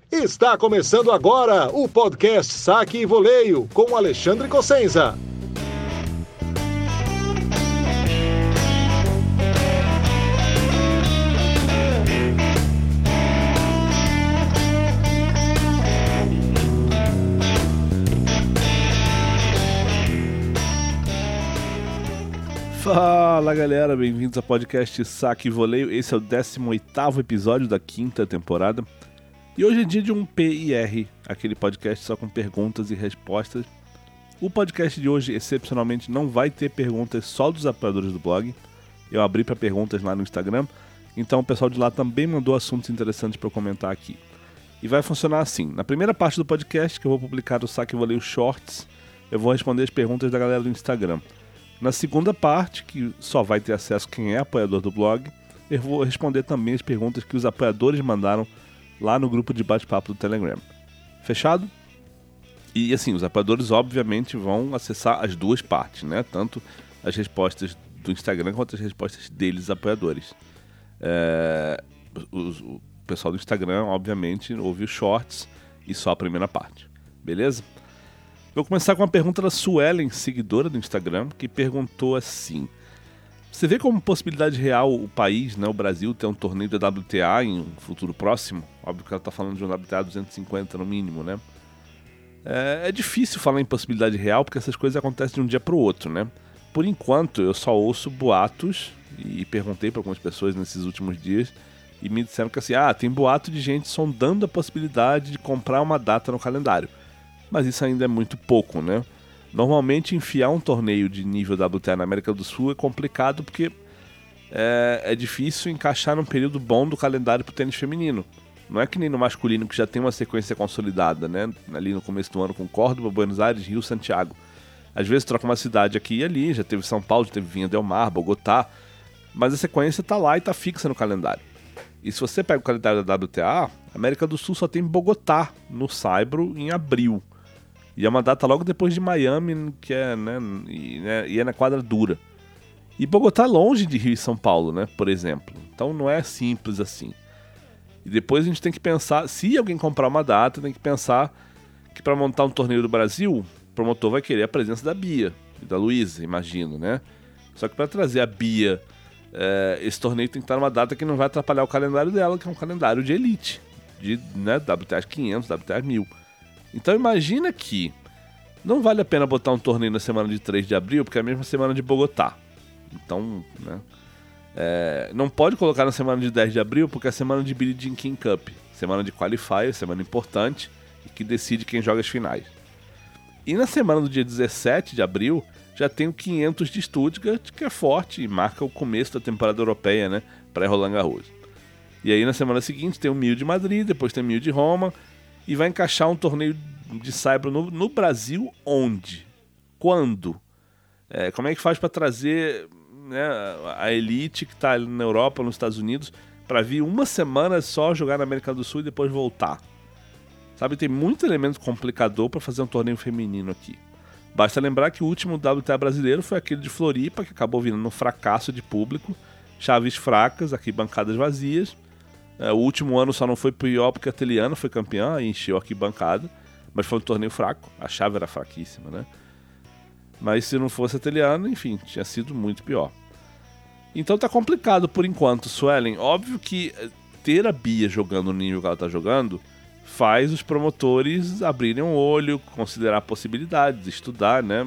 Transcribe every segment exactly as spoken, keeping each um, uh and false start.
Está começando agora o podcast Saque e Voleio com Alexandre Cossenza. Fala galera, bem-vindos ao podcast Saque e Voleio. Esse é o décimo oitavo episódio da quinta temporada. E hoje é dia de um P I R, aquele podcast só com perguntas e respostas. O podcast de hoje, excepcionalmente, não vai ter perguntas só dos apoiadores do blog. Eu abri para perguntas lá no Instagram, então o pessoal de lá também mandou assuntos interessantes para eu comentar aqui. E vai funcionar assim: na primeira parte do podcast, que eu vou publicar o Saque e Voleio Shorts, eu vou responder as perguntas da galera do Instagram. Na segunda parte, que só vai ter acesso quem é apoiador do blog, eu vou responder também as perguntas que os apoiadores mandaram lá no grupo de bate-papo do Telegram. Fechado? E assim, os apoiadores obviamente vão acessar as duas partes, né? Tanto as respostas do Instagram quanto as respostas deles, apoiadores. É... Os, o pessoal do Instagram, obviamente, ouve os shorts e só a primeira parte. Beleza? Vou começar com uma pergunta da Suelen, seguidora do Instagram, que perguntou assim: você vê como possibilidade real o país, né, o Brasil, ter um torneio da W T A em um futuro próximo? Óbvio que ela está falando de um W T A duzentos e cinquenta no mínimo, né? É, é difícil falar em possibilidade real porque essas coisas acontecem de um dia para o outro, né? Por enquanto, eu só ouço boatos e perguntei para algumas pessoas nesses últimos dias e me disseram que assim, ah, tem boato de gente sondando a possibilidade de comprar uma data no calendário. Mas isso ainda é muito pouco, né? Normalmente enfiar um torneio de nível W T A na América do Sul é complicado porque é, é difícil encaixar num período bom do calendário para o tênis feminino. Não é que nem no masculino que já tem uma sequência consolidada, né? Ali no começo do ano com Córdoba, Buenos Aires, Rio, Santiago. Às vezes troca uma cidade aqui e ali, já teve São Paulo, já teve Vinha del Mar, Bogotá, mas a sequência tá lá e tá fixa no calendário. E se você pega o calendário da W T A, a América do Sul só tem Bogotá no Saibro em abril. E é uma data logo depois de Miami, que é, né, e, né, e é na quadra dura. E Bogotá é longe de Rio e São Paulo, né, por exemplo. Então não é simples assim. E depois a gente tem que pensar, se alguém comprar uma data, tem que pensar que para montar um torneio do Brasil, o promotor vai querer a presença da Bia e da Luísa, imagino, né? Só que para trazer a Bia, é, esse torneio tem que estar numa data que não vai atrapalhar o calendário dela, que é um calendário de elite, de, né, W T A quinhentos, W T A mil. Então imagina que não vale a pena botar um torneio na semana de três de abril, porque é a mesma semana de Bogotá. Então, né, é, não pode colocar na semana de dez de abril, porque é a semana de Billie Jean King Cup, semana de qualifier, semana importante, e que decide quem joga as finais. E na semana do dia dezessete de abril, já tem o quinhentos de Stuttgart, que é forte e marca o começo da temporada europeia, né, pré-Roland Garros. E aí na semana seguinte tem o mil de Madrid, depois tem o mil de Roma, e vai encaixar um torneio de saibro no, no Brasil onde? Quando? É, como é que faz para trazer, né, a elite que está na Europa, nos Estados Unidos, para vir uma semana só jogar na América do Sul e depois voltar? Sabe, tem muito elemento complicador para fazer um torneio feminino aqui. Basta lembrar que o último W T A brasileiro foi aquele de Floripa, que acabou virando um fracasso de público, chaves fracas, aqui bancadas vazias. É, o último ano só não foi pior porque a Teliana foi campeã e encheu a arquibancada, mas foi um torneio fraco, a chave era fraquíssima, né? Mas se não fosse a Teliana, enfim, tinha sido muito pior. Então tá complicado por enquanto, Suelen. Óbvio que ter a Bia jogando no nível que ela tá jogando faz os promotores abrirem um olho, considerar possibilidades, estudar, né?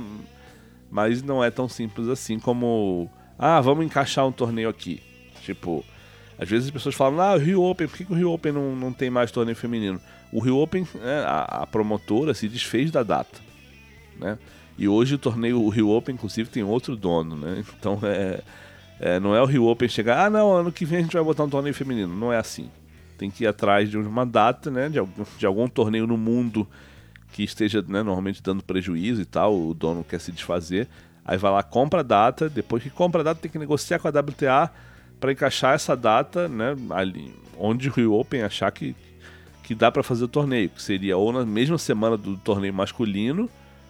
Mas não é tão simples assim como, ah, vamos encaixar um torneio aqui. Tipo, às vezes as pessoas falam, ah, o Rio Open, por que, que o Rio Open não, não tem mais torneio feminino? O Rio Open, né, a, a promotora se desfez da data, né? E hoje o torneio, o Rio Open, inclusive, tem outro dono, né? Então, é, é, não é o Rio Open chegar, ah, não, ano que vem a gente vai botar um torneio feminino. Não é assim. Tem que ir atrás de uma data, né, de algum, de algum torneio no mundo que esteja, né, normalmente dando prejuízo e tal, o dono quer se desfazer. Aí vai lá, compra a data, depois que compra a data tem que negociar com a W T A para encaixar essa data, né, ali, onde o Rio Open achar que, que dá para fazer o torneio, que seria ou na mesma semana do torneio masculino,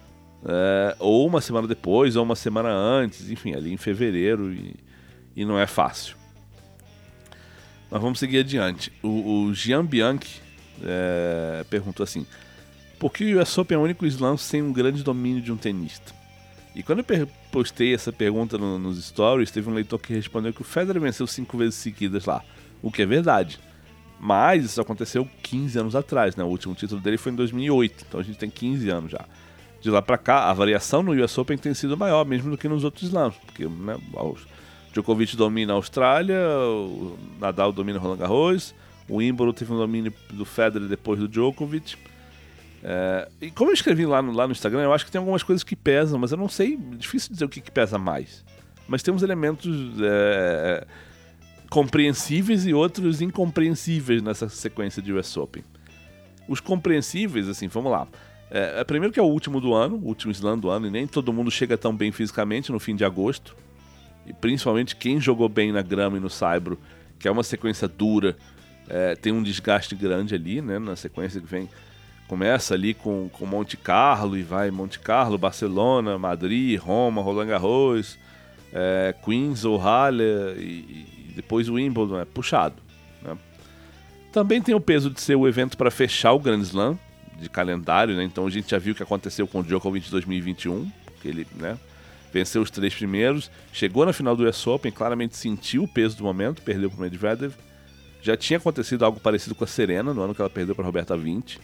é, ou uma semana depois, ou uma semana antes, enfim, ali em fevereiro, e, e não é fácil. Mas vamos seguir adiante. O, o Gian Bianchi, é, perguntou assim: por que o U S Open é o único slam sem um grande domínio de um tenista? E quando eu postei essa pergunta no, nos stories, teve um leitor que respondeu que o Federer venceu cinco vezes seguidas lá, o que é verdade. Mas isso aconteceu quinze anos atrás, né? O último título dele foi em dois mil e oito, então a gente tem quinze anos já. De lá pra cá, a variação no U S Open tem sido maior, mesmo do que nos outros slams, porque, né, o Djokovic domina a Austrália, o Nadal domina Roland Garros, o Wimbledon teve um domínio do Federer depois do Djokovic. É, e como eu escrevi lá no, lá no Instagram, eu acho que tem algumas coisas que pesam, mas eu não sei, difícil dizer o que, que pesa mais. Mas tem uns elementos é, compreensíveis e outros incompreensíveis nessa sequência de U S Open. Os compreensíveis, assim, vamos lá. É, primeiro que é o último do ano, o último slam do ano, e nem todo mundo chega tão bem fisicamente no fim de agosto. E principalmente quem jogou bem na grama e no saibro, que é uma sequência dura, é, tem um desgaste grande ali, né, na sequência que vem. Começa ali com, com Monte Carlo e vai Monte Carlo, Barcelona, Madrid, Roma, Roland Garros, é, Queens ou Halle e, e depois o Wimbledon, é puxado, né? Também tem o peso de ser o evento para fechar o Grand Slam de calendário, né? Então a gente já viu o que aconteceu com o Djokovic em dois mil e vinte e um, que ele, né, venceu os três primeiros, chegou na final do U S Open, claramente sentiu o peso do momento, perdeu para o Medvedev. Já tinha acontecido algo parecido com a Serena, no ano que ela perdeu para a Roberta vinte.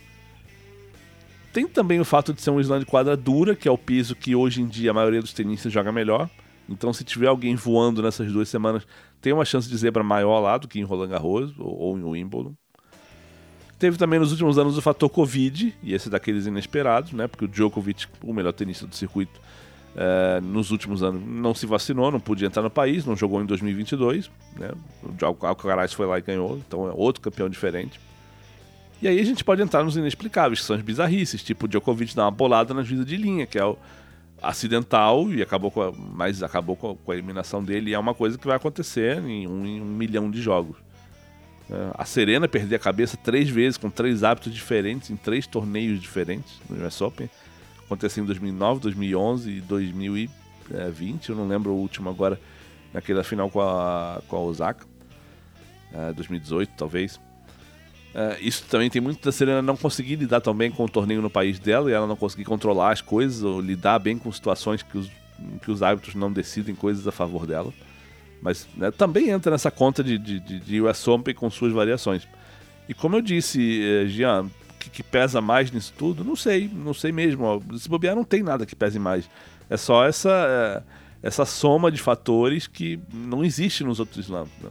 Tem também o fato de ser um slam de quadra dura, que é o piso que hoje em dia a maioria dos tenistas joga melhor. Então se tiver alguém voando nessas duas semanas, tem uma chance de zebra maior lá do que em Roland Garros ou, ou em Wimbledon. Teve também nos últimos anos o fator Covid, e esse daqueles inesperados, né? Porque o Djokovic, o melhor tenista do circuito, é, nos últimos anos não se vacinou, não podia entrar no país, não jogou em dois mil e vinte e dois, né? O Alcaraz foi lá e ganhou, então é outro campeão diferente. E aí a gente pode entrar nos inexplicáveis, que são as bizarrices, tipo o Djokovic dar uma bolada na juíza de linha, que é o acidental e acabou com a, mas acabou com a, com a eliminação dele, e é uma coisa que vai acontecer em um, em um milhão de jogos. A Serena perder a cabeça três vezes, com três hábitos diferentes, em três torneios diferentes no U S Open. Aconteceu em dois mil e nove, dois mil e onze e dois mil e vinte. Eu não lembro o último agora, naquela final com a, com a Osaka. É, dois mil e dezoito, talvez. É, isso também tem muito da Serena não conseguir lidar tão bem com o torneio no país dela, e ela não conseguir controlar as coisas ou lidar bem com situações que os, que os árbitros não decidem coisas a favor dela. Mas, né, também entra nessa conta de, de, de U S Open com suas variações. E como eu disse, eh, Jean, o que, que pesa mais nisso tudo? Não sei, não sei mesmo. Ó. Se bobear, não tem nada que pese mais. É só essa, é, essa soma de fatores que não existe nos outros slams. Né?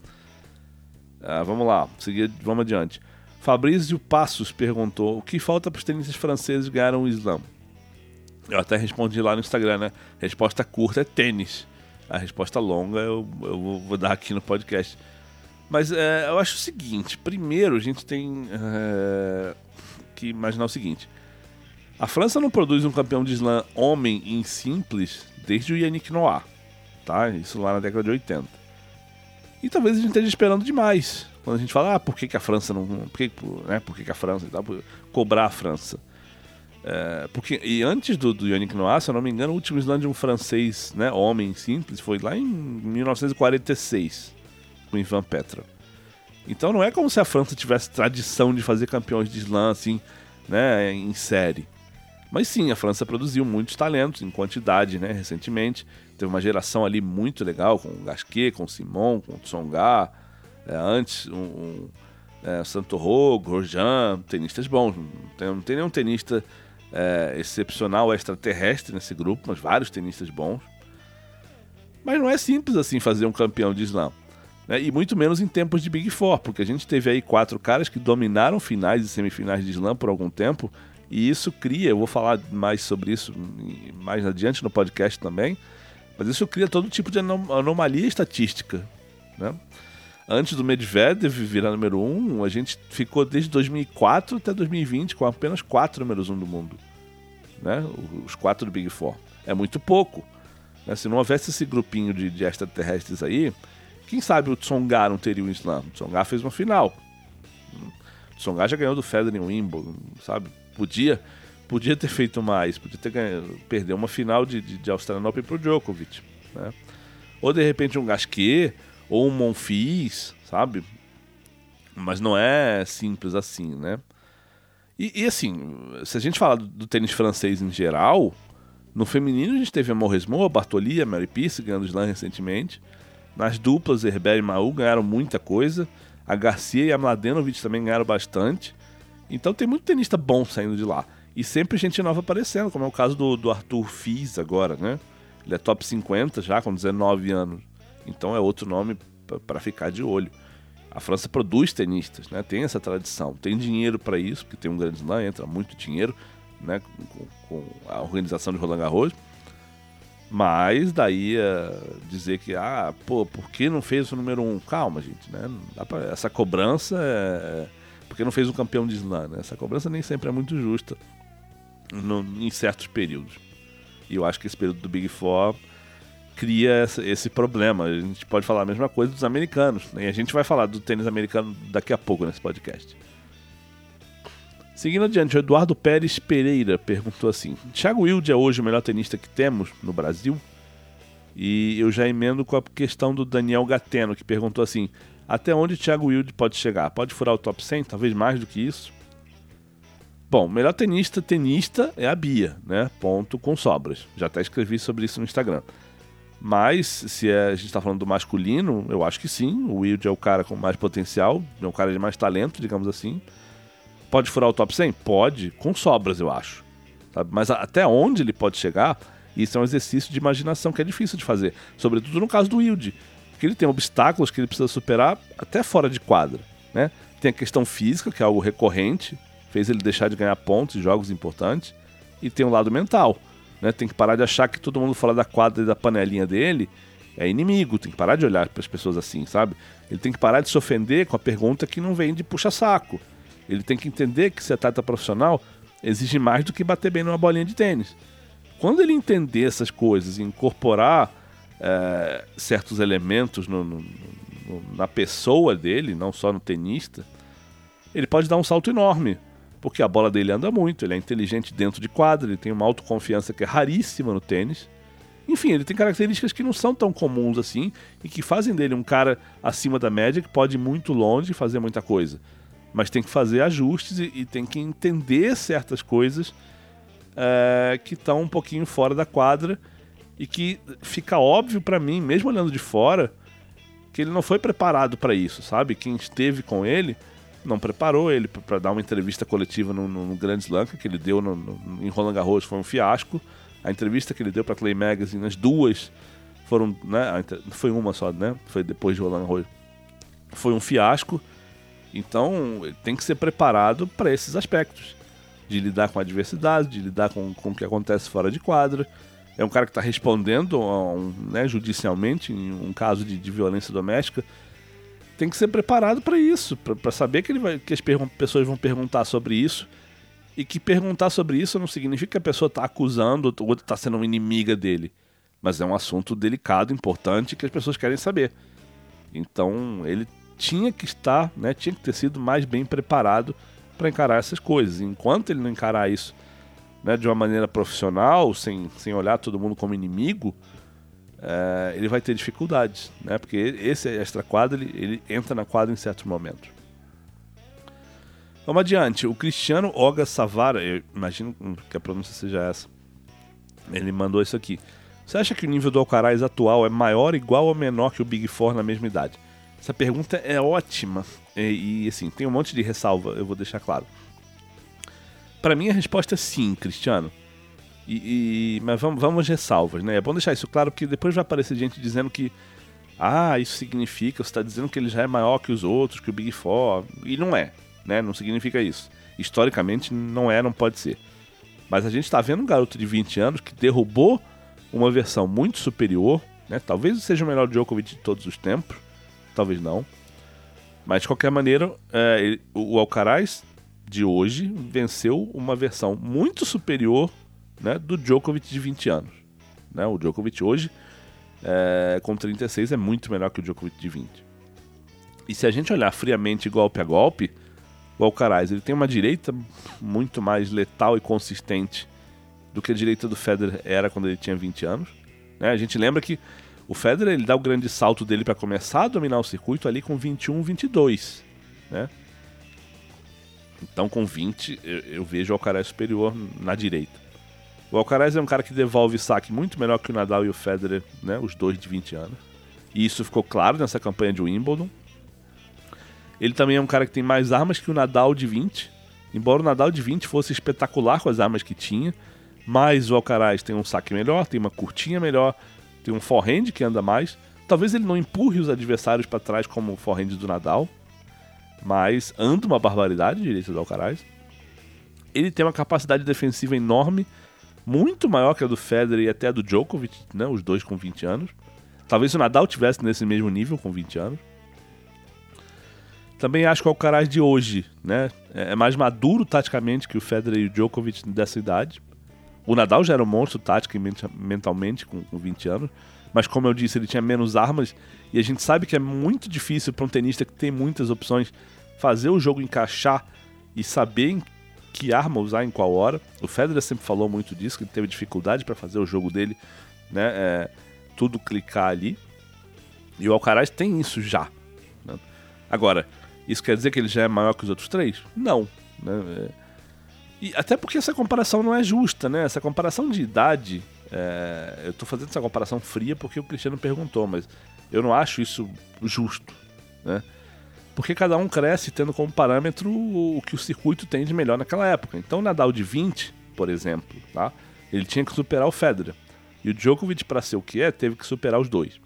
Ah, vamos lá, seguir, vamos adiante. Fabrício Passos perguntou: o que falta para os tenistas franceses ganharem um slam? Eu até respondi lá no Instagram, né? Resposta curta é tênis. A resposta longa eu, eu vou dar aqui no podcast. Mas é, eu acho o seguinte: primeiro a gente tem é, que imaginar o seguinte. A França não produz um campeão de slam homem em simples desde o Yannick Noah, tá? Isso lá na década de oitenta. E talvez a gente esteja esperando demais. Quando a gente fala, ah, por que, que a França não... Por que, né, por que, que a França e tal? Cobrar a França. É, porque, e antes do, do Yannick Noah, se eu não me engano, o último slam de um francês, né, homem simples, foi lá em mil novecentos e quarenta e seis, com Ivan Petra. Então não é como se a França tivesse tradição de fazer campeões de slam assim, né, em série. Mas sim, a França produziu muitos talentos em quantidade, né, recentemente. Teve uma geração ali muito legal, com o Gasquet, com o Simon, com o Tsonga, é, antes um, um é, Santoro, Grosjean, tenistas bons. Não tem, não tem nenhum tenista é, excepcional extraterrestre nesse grupo, mas vários tenistas bons. Mas não é simples assim fazer um campeão de slam, né? E muito menos em tempos de Big Four, porque a gente teve aí quatro caras que dominaram finais e semifinais de slam por algum tempo, e isso cria, eu vou falar mais sobre isso mais adiante no podcast também, mas isso cria todo tipo de anom- anomalia estatística, né? Antes do Medvedev virar número um, a gente ficou desde dois mil e quatro até dois mil e vinte com apenas quatro números um do mundo, né? Os quatro do Big Four. É muito pouco, né? Se não houvesse esse grupinho de, de extraterrestres aí, quem sabe o Tsonga não teria um slam. O Tsonga fez uma final. O Tsonga já ganhou do Federer em Wimbledon, sabe? Podia, podia ter feito mais, podia ter ganhado, perder uma final de, de, de Australian Open pro Djokovic, né? Ou de repente um Gasquet, ou um Monfils, sabe? Mas não é simples assim, né? E, e assim, se a gente falar do, do tênis francês em geral, no feminino a gente teve a Mauresmo, a Bartoli, a Mary Pierce ganhando slam recentemente. Nas duplas, Herbert e Mahut ganharam muita coisa. A Garcia e a Mladenovic também ganharam bastante. Então tem muito tenista bom saindo de lá. E sempre gente nova aparecendo, como é o caso do, do Arthur Fils agora, né? Ele é top cinquenta já, com dezenove anos. Então é outro nome para ficar de olho. A França produz tenistas, né? Tem essa tradição. Tem dinheiro para isso, porque tem um grande slam, entra muito dinheiro, né? Com, com a organização de Roland Garros. Mas daí uh, dizer que, ah, pô, por que não fez o número um? Calma, gente, né? Não dá pra... Essa cobrança é... Porque não fez um campeão de slam, né? Essa cobrança nem sempre é muito justa no, em certos períodos. E eu acho que esse período do Big Four cria essa, esse problema. A gente pode falar a mesma coisa dos americanos, né? E a gente vai falar do tênis americano daqui a pouco nesse podcast. Seguindo adiante, o Eduardo Pérez Pereira perguntou assim: Thiago Wilde é hoje o melhor tenista que temos no Brasil? E eu já emendo com a questão do Daniel Gateno, que perguntou assim: até onde Thiago Wilde pode chegar? Pode furar o top cem? Talvez mais do que isso? Bom, melhor tenista, tenista é a Bia, né? Ponto com sobras. Já até escrevi sobre isso no Instagram. Mas, se é, a gente está falando do masculino, eu acho que sim. O Wilde é o cara com mais potencial, é o cara de mais talento, digamos assim. Pode furar o top cem? Pode, com sobras, eu acho. Sabe? Mas até onde ele pode chegar, isso é um exercício de imaginação que é difícil de fazer. Sobretudo no caso do Wilde, porque ele tem obstáculos que ele precisa superar até fora de quadra, né? Tem a questão física, que é algo recorrente, fez ele deixar de ganhar pontos em jogos importantes, e tem o lado mental, né? Tem que parar de achar que todo mundo fora da quadra e da panelinha dele é inimigo, tem que parar de olhar para as pessoas assim, sabe? Ele tem que parar de se ofender com a pergunta que não vem de puxa-saco. Ele tem que entender que ser atleta profissional exige mais do que bater bem numa bolinha de tênis. Quando ele entender essas coisas e incorporar é, certos elementos no, no, no, na pessoa dele, não só no tenista, ele pode dar um salto enorme, porque a bola dele anda muito, ele é inteligente dentro de quadra, ele tem uma autoconfiança que é raríssima no tênis. Enfim, ele tem características que não são tão comuns assim e que fazem dele um cara acima da média que pode ir muito longe e fazer muita coisa. Mas tem que fazer ajustes e, e tem que entender certas coisas é, que estão um pouquinho fora da quadra e que fica óbvio pra mim, mesmo olhando de fora, que ele não foi preparado para isso, sabe? Quem esteve com ele não preparou ele para dar uma entrevista coletiva no, no, no Grand Slam que ele deu no, no, em Roland Garros, foi um fiasco. A entrevista que ele deu para Clay Magazine, as duas foram, né? Foi uma só, né? Foi depois de Roland Garros. Foi um fiasco. Então, tem que ser preparado para esses aspectos. De lidar com a adversidade, de lidar com, com o que acontece fora de quadra. É um cara que está respondendo a um, né, judicialmente em um caso de, de violência doméstica. Tem que ser preparado para isso, para saber que, ele vai, que as pessoas vão perguntar sobre isso. E que perguntar sobre isso não significa que a pessoa está acusando ou está sendo uma inimiga dele. Mas é um assunto delicado, importante, que as pessoas querem saber. Então, ele tinha que estar, né, tinha que ter sido mais bem preparado para encarar essas coisas. Enquanto ele não encarar isso, né, de uma maneira profissional, sem, sem olhar todo mundo como inimigo, é, ele vai ter dificuldades, né, porque esse extra-quadra, ele, ele entra na quadra em certos momentos. Vamos adiante. O Cristiano Oga Savara, eu imagino que a pronúncia seja essa, ele mandou isso aqui. Você acha que o nível do Alcaraz atual é maior, igual ou menor que o Big Four na mesma idade? Essa pergunta é ótima e, e assim, tem um monte de ressalva, eu vou deixar claro. Para mim a resposta é sim, Cristiano. E, e, mas vamos, vamos ressalvas, né? É bom deixar isso claro porque depois vai aparecer gente dizendo que ah, isso significa, você está dizendo que ele já é maior que os outros, que o Big Four. E não é, né? Não significa isso. Historicamente não é, não pode ser. Mas a gente está vendo um garoto de vinte anos que derrubou uma versão muito superior, né? Talvez seja o melhor Djokovic de todos os tempos. Talvez não. Mas de qualquer maneira, é, ele, o Alcaraz de hoje venceu uma versão muito superior, né, do Djokovic de vinte anos. Né? O Djokovic hoje, é, com trinta e seis, é muito melhor que o Djokovic de vinte. E se a gente olhar friamente golpe a golpe, o Alcaraz ele tem uma direita muito mais letal e consistente do que a direita do Federer era quando ele tinha vinte anos. Né? A gente lembra que o Federer ele dá o grande salto dele para começar a dominar o circuito ali com vinte e um, vinte e dois. né? Então com vinte eu, eu vejo o Alcaraz superior na direita. O Alcaraz é um cara que devolve saque muito melhor que o Nadal e o Federer, né? Os dois de vinte anos. E isso ficou claro nessa campanha de Wimbledon. Ele também é um cara que tem mais armas que o Nadal de vinte. Embora o Nadal de vinte fosse espetacular com as armas que tinha, mas o Alcaraz tem um saque melhor, tem uma curtinha melhor, tem um forehand que anda mais. Talvez ele não empurre os adversários para trás como o forehand do Nadal, mas anda uma barbaridade direito do Alcaraz. Ele tem uma capacidade defensiva enorme, muito maior que a do Federer e até a do Djokovic, né? Os dois com vinte anos. Talvez o Nadal tivesse nesse mesmo nível com vinte anos. Também acho que o Alcaraz de hoje, né, é mais maduro taticamente que o Federer e o Djokovic dessa idade. O Nadal já era um monstro tático e mentalmente com, com vinte anos, mas como eu disse, ele tinha menos armas e a gente sabe que é muito difícil para um tenista que tem muitas opções fazer o jogo encaixar e saber em que arma usar em qual hora. O Federer sempre falou muito disso, que ele teve dificuldade para fazer o jogo dele, né, é, tudo clicar ali. E o Alcaraz tem isso já, né? Agora, isso quer dizer que ele já é maior que os outros três? Não, né? É... E até porque essa comparação não é justa, né? Essa comparação de idade, é... eu tô fazendo essa comparação fria porque o Cristiano perguntou, mas eu não acho isso justo, né? Porque cada um cresce tendo como parâmetro o que o circuito tem de melhor naquela época. Então o Nadal de vinte, por exemplo, tá? Ele tinha que superar o Federer. E o Djokovic, para ser o que é, teve que superar os dois.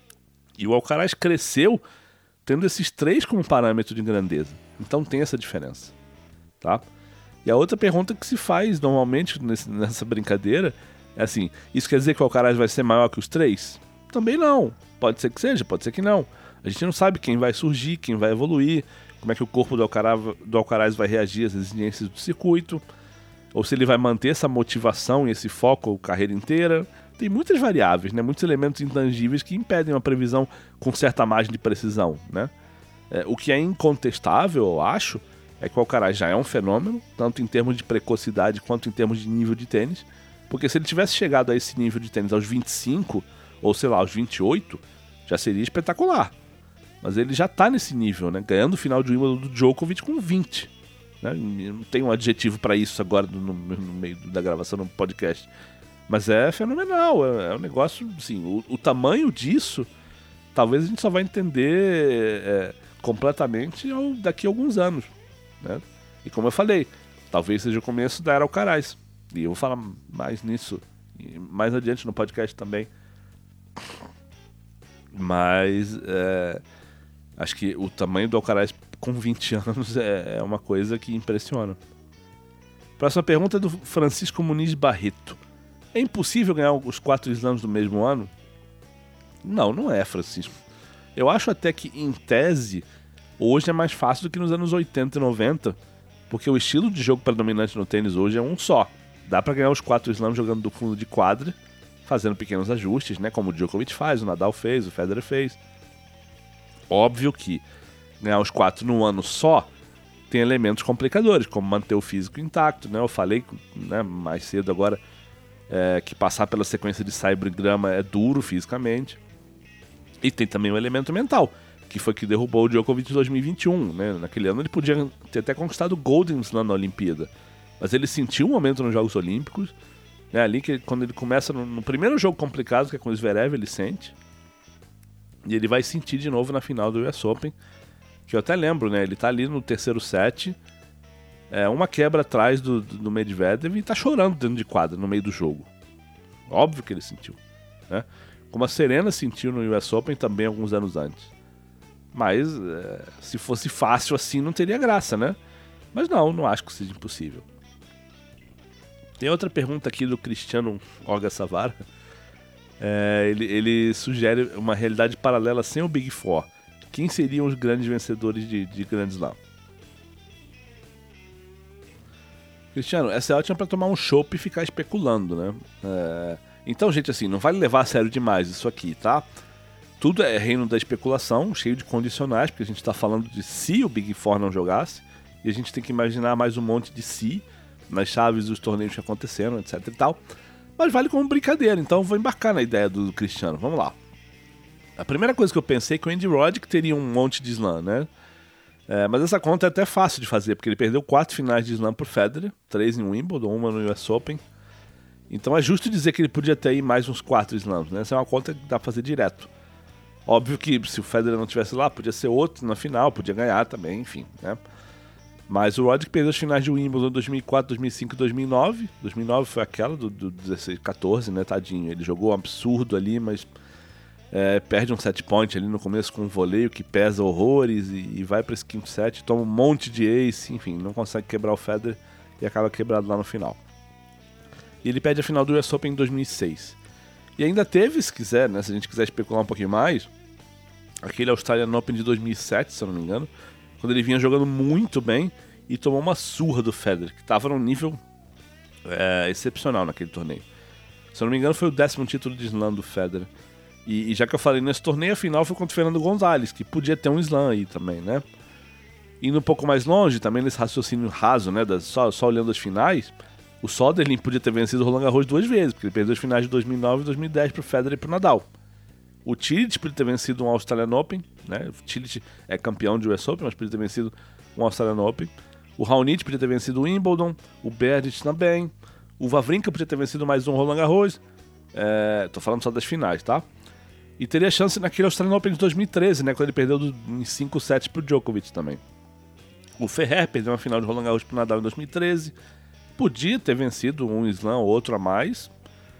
E o Alcaraz cresceu tendo esses três como parâmetro de grandeza. Então tem essa diferença, tá? E a outra pergunta que se faz normalmente nesse, nessa brincadeira é assim, isso quer dizer que o Alcaraz vai ser maior que os três? Também não. Pode ser que seja, pode ser que não. A gente não sabe quem vai surgir, quem vai evoluir, como é que o corpo do Alcaraz, do Alcaraz vai reagir às exigências do circuito, ou se ele vai manter essa motivação e esse foco a carreira inteira. Tem muitas variáveis, né? Muitos elementos intangíveis que impedem uma previsão com certa margem de precisão, né? É, o que é incontestável, eu acho, é que o Alcaraz já é um fenômeno, tanto em termos de precocidade quanto em termos de nível de tênis, porque se ele tivesse chegado a esse nível de tênis aos vinte e cinco, ou sei lá, aos vinte e oito, já seria espetacular. Mas ele já tá nesse nível, né? Ganhando o final de Wimbledon do Djokovic com vinte. Né? Não tem um adjetivo para isso agora no, no meio da gravação do podcast. Mas é fenomenal, é, é um negócio, assim, o, o tamanho disso, talvez a gente só vai entender é, completamente ao, daqui a alguns anos, né? E como eu falei, talvez seja o começo da era Alcaraz. E eu vou falar mais nisso mais adiante no podcast também. Mas é, acho que o tamanho do Alcaraz com vinte anos é, é uma coisa que impressiona. Próxima pergunta é do Francisco Muniz Barreto. É impossível ganhar os quatro slams do mesmo ano? Não, não é, Francisco. Eu acho até que, em tese, hoje é mais fácil do que nos anos oitenta e noventa, porque o estilo de jogo predominante no tênis hoje é um só. Dá pra ganhar os quatro slams jogando do fundo de quadra, fazendo pequenos ajustes, né? Como o Djokovic faz, o Nadal fez, o Federer fez. Óbvio que ganhar os quatro num ano só tem elementos complicadores, como manter o físico intacto, né? Eu falei, né, mais cedo agora, É, que passar pela sequência de Saibro e Grama é duro fisicamente. E tem também o elemento mental, que foi que derrubou o Djokovic em dois mil e vinte e um, né? Naquele ano ele podia ter até conquistado o Golden Slam na Olimpíada, mas ele sentiu um momento nos Jogos Olímpicos, né? Ali que quando ele começa no, no primeiro jogo complicado, que é com o Zverev, ele sente, e ele vai sentir de novo na final do U S Open, que eu até lembro, né? Ele tá ali no terceiro set, É, uma quebra atrás do, do Medvedev e tá chorando dentro de quadra no meio do jogo. Óbvio que ele sentiu, né? Como a Serena sentiu no U S Open também alguns anos antes. Mas é, se fosse fácil assim não teria graça, né? Mas não, não acho que seja impossível. Tem outra pergunta aqui do Cristiano Olga Savara. É, ele, ele sugere uma realidade paralela sem o Big Four. Quem seriam os grandes vencedores de, de Grand Slam? Cristiano, essa é ótima pra tomar um chopp e ficar especulando, né? É... Então, gente, assim, não vale levar a sério demais isso aqui, tá? Tudo é reino da especulação, cheio de condicionais, porque a gente tá falando de se o Big Four não jogasse, e a gente tem que imaginar mais um monte de si nas chaves dos torneios que aconteceram, etc e tal. Mas vale como brincadeira, então eu vou embarcar na ideia do Cristiano. Vamos lá. A primeira coisa que eu pensei é que o Andy Roddick teria um monte de slam, né? É, mas essa conta é até fácil de fazer, porque ele perdeu quatro finais de slam pro Federer, três em Wimbledon, uma no U S Open. Então é justo dizer que ele podia ter aí mais uns quatro slams, né? Essa é uma conta que dá pra fazer direto. Óbvio que se o Federer não tivesse lá, podia ser outro na final, podia ganhar também, enfim, né? Mas o Roddick perdeu as finais de Wimbledon em dois mil e quatro, dois mil e cinco e dois mil e nove. dois mil e nove foi aquela do, do dezesseis, catorze, né, tadinho. Ele jogou um absurdo ali, mas é, perde um set point ali no começo com um voleio que pesa horrores e, e vai para esse quinto set, toma um monte de ace, enfim, não consegue quebrar o Federer e acaba quebrado lá no final. E ele perde a final do U S Open em dois mil e seis. E ainda teve, se quiser, né, se a gente quiser especular um pouquinho mais, aquele Australian Open de dois mil e sete, se eu não me engano, quando ele vinha jogando muito bem e tomou uma surra do Federer, que estava num nível é, excepcional naquele torneio. Se eu não me engano, foi o décimo título de slam do Federer. E, e já que eu falei nesse torneio, a final foi contra o Fernando Gonzalez, que podia ter um slam aí também, né? Indo um pouco mais longe, também nesse raciocínio raso, né, das, só, só olhando as finais, o Soderling podia ter vencido o Roland Garros duas vezes, porque ele perdeu as finais de dois mil e nove e dois mil e dez pro Federer e pro Nadal. O Cilic podia ter vencido um Australian Open, né? O Cilic é campeão de U S Open, mas podia ter vencido um Australian Open. O Raonic podia ter vencido o Wimbledon, o Berdych também. O Wawrinka podia ter vencido mais um Roland Garros. É, tô falando só das finais, tá? E teria chance naquele Australian Open de dois mil e treze, né? Quando ele perdeu do, em cinco sets pro Djokovic também. O Ferrer perdeu uma final de Roland Garros pro Nadal em dois mil e treze. Podia ter vencido um slam ou outro a mais.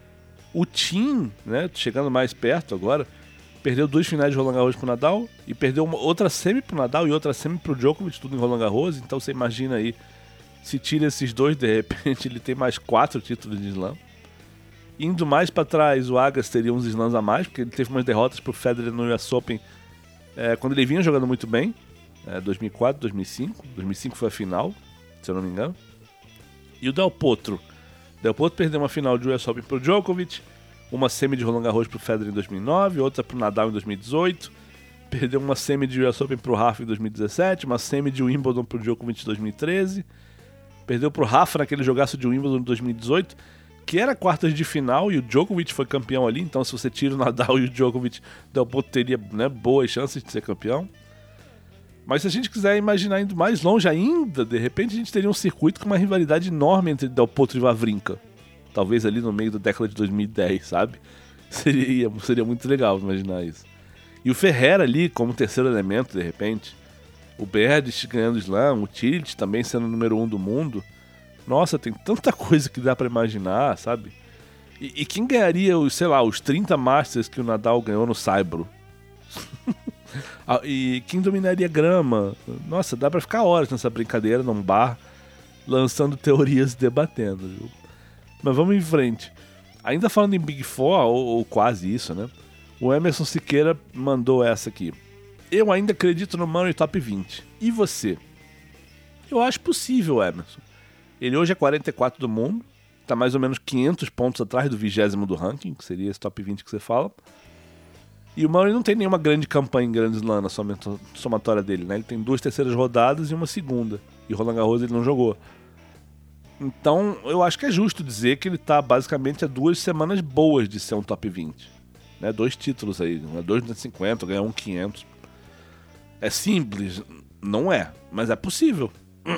O Thiem, né, chegando mais perto agora, perdeu duas finais de Roland Garros pro Nadal e perdeu uma, outra semi pro Nadal e outra semi pro Djokovic, tudo em Roland Garros. Então você imagina aí, se tira esses dois, de repente ele tem mais quatro títulos de slam. Indo mais para trás, o Agassi teria uns slams a mais, porque ele teve umas derrotas pro Federer no U S Open é, quando ele vinha jogando muito bem, é, dois mil e quatro, dois mil e cinco. dois mil e cinco foi a final, se eu não me engano. E o Del Potro. Del Potro perdeu uma final de U S Open pro Djokovic, uma semi de Roland Garros pro Federer em dois mil e nove, outra pro Nadal em dois mil e dezoito, perdeu uma semi de U S Open pro Rafa em dois mil e dezessete, uma semi de Wimbledon pro Djokovic em dois mil e treze, perdeu pro Rafa naquele jogaço de Wimbledon em dois mil e dezoito, que era quartas de final e o Djokovic foi campeão ali, então se você tira o Nadal e o Djokovic, Del Potro teria, né, boas chances de ser campeão. Mas se a gente quiser imaginar indo mais longe ainda, de repente a gente teria um circuito com uma rivalidade enorme entre Del Potro e Wawrinka. Talvez ali no meio da década de dois mil e dez, sabe? Seria, seria muito legal imaginar isso. E o Ferrer ali como terceiro elemento, de repente. O Berdych ganhando slam, o Cilic também sendo o número um do mundo. Nossa, tem tanta coisa que dá pra imaginar, sabe? E, e quem ganharia, os, sei lá, os trinta Masters que o Nadal ganhou no Saibro? E quem dominaria grama? Nossa, dá pra ficar horas nessa brincadeira num bar, lançando teorias e debatendo, viu? Mas vamos em frente. Ainda falando em Big Four, ou, ou quase isso, né? O Emerson Siqueira mandou essa aqui. Eu ainda acredito no Murray top vinte. E você? Eu acho possível, Emerson. Ele hoje é quarenta e quatro do mundo, tá mais ou menos quinhentos pontos atrás do vigésimo do ranking, que seria esse top vinte que você fala. E o Murray não tem nenhuma grande campanha em Grand Slam na somatória dele, né? Ele tem duas terceiras rodadas e uma segunda. E Roland Garros ele não jogou. Então, eu acho que é justo dizer que ele tá basicamente a duas semanas boas de ser um top vinte. Né? Dois títulos aí, né? dois duzentos e cinquenta, ganhar um quinhentos. É simples? Não é, mas é possível.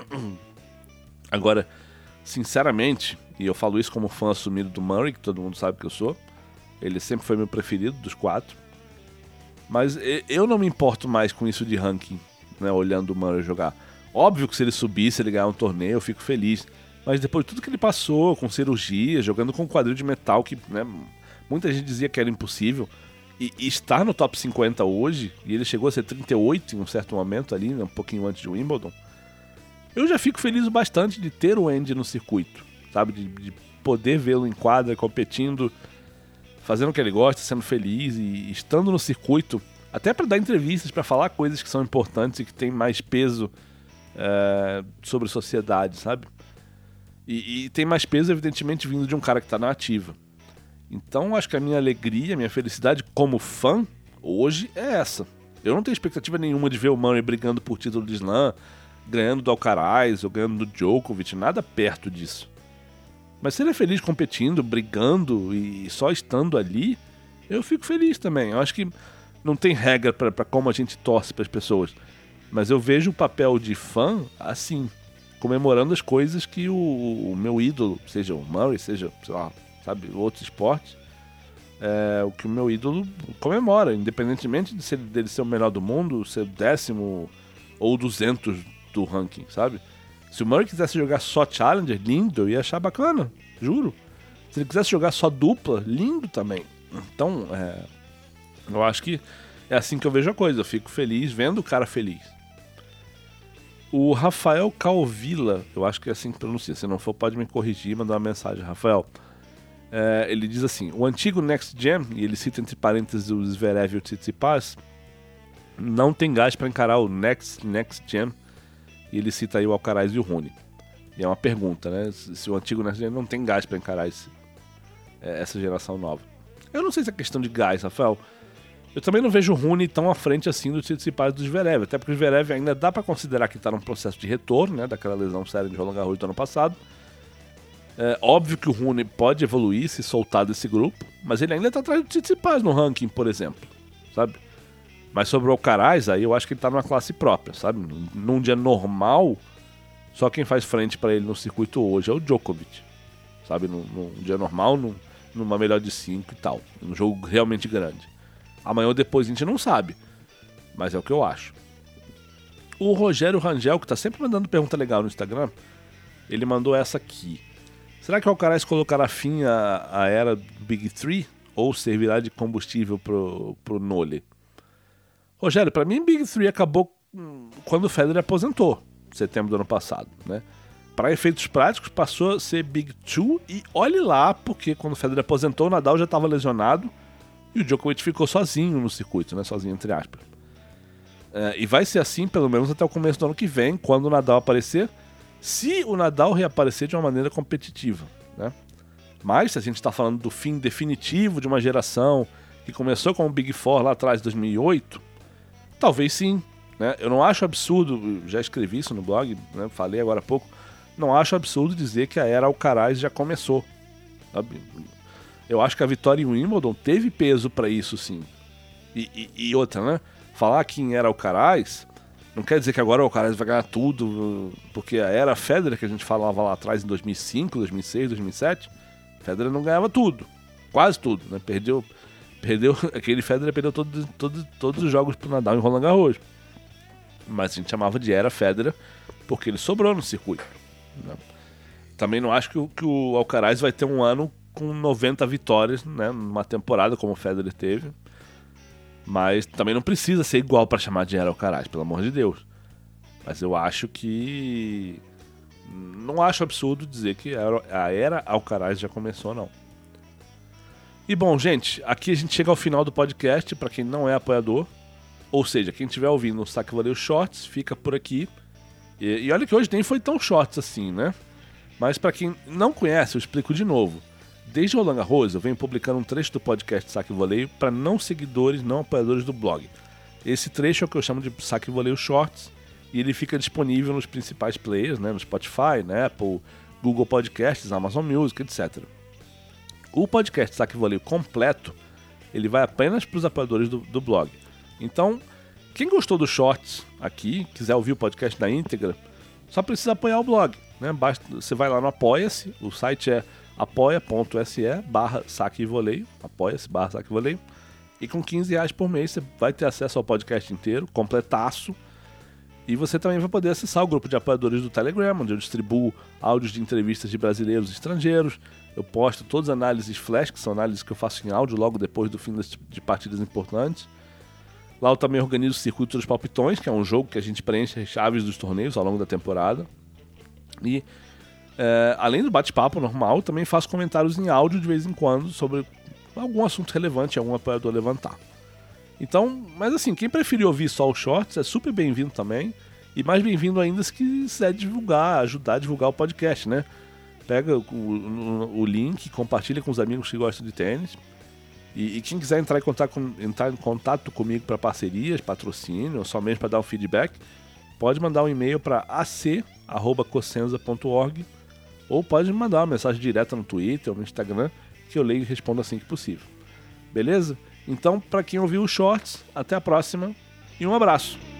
Agora, sinceramente, e eu falo isso como fã assumido do Murray, que todo mundo sabe que eu sou, ele sempre foi meu preferido dos quatro. Mas eu não me importo mais com isso de ranking, né, olhando o Murray jogar. Óbvio que se ele subir, se ele ganhar um torneio, eu fico feliz. Mas depois de tudo que ele passou, com cirurgia, jogando com um quadril de metal, que, né, muita gente dizia que era impossível, e, e estar no top cinquenta hoje, e ele chegou a ser trinta e oito em um certo momento ali, né, um pouquinho antes de Wimbledon, eu já fico feliz bastante de ter o Andy no circuito, sabe? De, de poder vê-lo em quadra, competindo, fazendo o que ele gosta, sendo feliz e estando no circuito, até para dar entrevistas, para falar coisas que são importantes e que têm mais peso é, sobre a sociedade, sabe? E, e tem mais peso, evidentemente, vindo de um cara que está na ativa. Então, acho que a minha alegria, a minha felicidade como fã, hoje, é essa. Eu não tenho expectativa nenhuma de ver o Murray brigando por título de slam, ganhando do Alcaraz ou ganhando do Djokovic, nada perto disso. Mas se ele é feliz competindo, brigando e só estando ali, eu fico feliz também. Eu acho que não tem regra para como a gente torce para as pessoas. Mas eu vejo o papel de fã assim, comemorando as coisas que o, o meu ídolo, seja o Murray, seja, sei lá, sabe, outros esportes, é, o que o meu ídolo comemora, independentemente de ser, dele ser o melhor do mundo, ser o décimo ou duzentos do ranking, sabe? Se o Murray quisesse jogar só Challenger, lindo, eu ia achar bacana, juro. Se ele quisesse jogar só dupla, lindo também. Então, é, eu acho que é assim que eu vejo a coisa, eu fico feliz vendo o cara feliz. O Rafael Calvila, eu acho que é assim que pronuncia, se não for pode me corrigir e mandar uma mensagem. Rafael, é, ele diz assim, o antigo Next Gen, e ele cita entre parênteses o Zverev e o Tsitsipas, não tem gás para encarar o Next, Next Gen, e ele cita aí o Alcaraz e o Rune. E é uma pergunta, né, se o antigo Next Gen não tem gás para encarar esse, é, essa geração nova. Eu não sei se é questão de gás, Rafael. Eu também não vejo o Rune tão à frente assim do Tsitsipas do Zverev, até porque o Zverev ainda dá para considerar que está num processo de retorno, né, daquela lesão séria de Roland Garros do ano passado. É óbvio que o Rune pode evoluir, se soltar desse grupo, mas ele ainda está atrás do Tsitsipas no ranking, por exemplo, sabe? Mas sobre o Alcaraz, aí eu acho que ele está numa classe própria, sabe? Num dia normal, só quem faz frente para ele no circuito hoje é o Djokovic, sabe? Num, num dia normal, num, numa melhor de cinco e tal, num jogo realmente grande. Amanhã ou depois a gente não sabe, mas é o que eu acho. O Rogério Rangel, que tá sempre mandando pergunta legal no Instagram, ele mandou essa aqui. Será que o Alcaraz colocará fim à, à era Big Three ou servirá de combustível pro, pro Nole? Rogério, pra mim Big Three acabou quando o Federer aposentou, em setembro do ano passado, né? Para efeitos práticos passou a ser Big Two e olhe lá, porque quando o Federer aposentou o Nadal já estava lesionado e o Djokovic ficou sozinho no circuito, né? Sozinho entre aspas. É, e vai ser assim pelo menos até o começo do ano que vem, quando o Nadal aparecer, se o Nadal reaparecer de uma maneira competitiva, né? Mas se a gente está falando do fim definitivo de uma geração que começou com o Big Four lá atrás, em dois mil e oito, talvez sim, né? Eu não acho absurdo, já escrevi isso no blog, né? Falei agora há pouco, não acho absurdo dizer que a era Alcaraz já começou, sabe? Eu acho que a vitória em Wimbledon teve peso para isso, sim. E, e, e outra, né? Falar que em era Alcaraz não quer dizer que agora o Alcaraz vai ganhar tudo, porque a era Federer, que a gente falava lá atrás em dois mil e cinco, dois mil e seis, dois mil e sete, Federer não ganhava tudo, quase tudo, né? Perdeu, perdeu aquele Federer perdeu todo, todo, todos os jogos pro Nadal em Roland Garros. Mas a gente chamava de era Federer porque ele sobrou no circuito, né? Também não acho que o, que o Alcaraz vai ter um ano com noventa vitórias, né, numa temporada como o Federer teve, mas também não precisa ser igual para chamar de era Alcaraz, pelo amor de Deus. Mas eu acho que não acho absurdo dizer que a era Alcaraz já começou, não. E bom, gente, aqui a gente chega ao final do podcast. Para quem não é apoiador, ou seja, quem estiver ouvindo o Saque Voleio Shorts, fica por aqui. E, e olha que hoje nem foi tão shorts assim, né? Mas para quem não conhece, eu explico de novo. Desde Roland Garros, eu venho publicando um trecho do podcast Saque Voleio para não seguidores, não apoiadores do blog. Esse trecho é o que eu chamo de Saque Voleio Shorts e ele fica disponível nos principais players, né, no Spotify, na Apple, Google Podcasts, Amazon Music, etcétera. O podcast Saque Voleio completo, ele vai apenas para os apoiadores do, do blog. Então, quem gostou dos shorts aqui, quiser ouvir o podcast na íntegra, só precisa apoiar o blog, né? Basta, você vai lá no Apoia-se, o site é apoia.se barra saque e voleio, apoia-se barra saque e voleio, e com quinze reais por mês você vai ter acesso ao podcast inteiro, completaço, e você também vai poder acessar o grupo de apoiadores do Telegram, onde eu distribuo áudios de entrevistas de brasileiros e estrangeiros, eu posto todas as análises flash, que são análises que eu faço em áudio logo depois do fim de partidas importantes. Lá eu também organizo o Circuito dos Palpitões, que é um jogo que a gente preenche as chaves dos torneios ao longo da temporada, e É, além do bate-papo normal, também faço comentários em áudio de vez em quando sobre algum assunto relevante, algum apoiador levantar. Então, mas assim, quem preferir ouvir só os shorts é super bem-vindo também, e mais bem-vindo ainda se quiser divulgar, ajudar a divulgar o podcast, né? Pega o, o, o link, compartilha com os amigos que gostam de tênis, e, e quem quiser entrar em contato, com, entrar em contato comigo para parcerias, patrocínio, ou só mesmo para dar um feedback, pode mandar um e-mail para a c arroba cosenza ponto org ou pode me mandar uma mensagem direta no Twitter ou no Instagram, que eu leio e respondo assim que possível. Beleza? Então, para quem ouviu os shorts, até a próxima e um abraço!